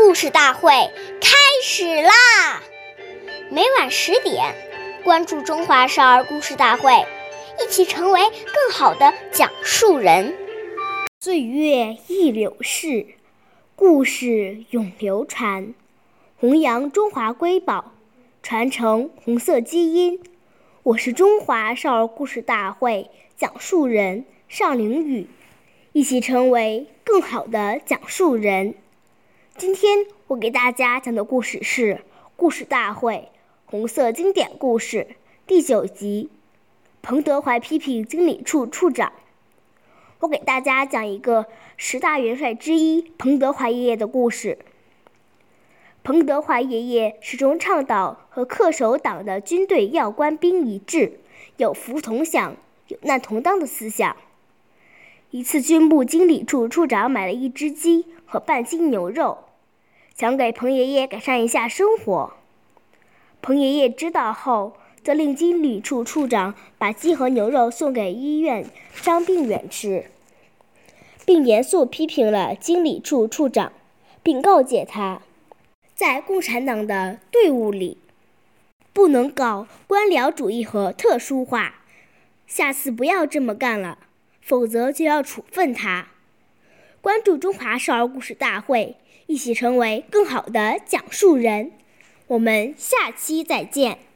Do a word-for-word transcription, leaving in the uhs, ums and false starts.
故事大会开始啦！每晚十点，关注中华少儿故事大会，一起成为更好的讲述人。 岁月易流逝，故事永流传，弘扬中华瑰宝，传承红色基因。我是中华少儿故事大会讲述人尚凌宇，一起成为更好的讲述人。今天我给大家讲的故事是《故事大会红色经典故事》第九集。彭德怀批评经理处处长。我给大家讲一个十大元帅之一彭德怀爷爷的故事。彭德怀爷爷始终倡导和恪守党的军队要官兵一致，有福同享，有难同当的思想。一次，军部经理处处长买了一只鸡和半斤牛肉，想给彭爷爷改善一下生活。彭爷爷知道后，责令经理处处长把鸡和牛肉送给医院伤病员吃，并严肃批评了经理处处长，并告诫他，在共产党的队伍里，不能搞官僚主义和特殊化，下次不要这么干了，否则就要处分他。关注中华少儿故事大会，一起成为更好的讲述人。我们下期再见。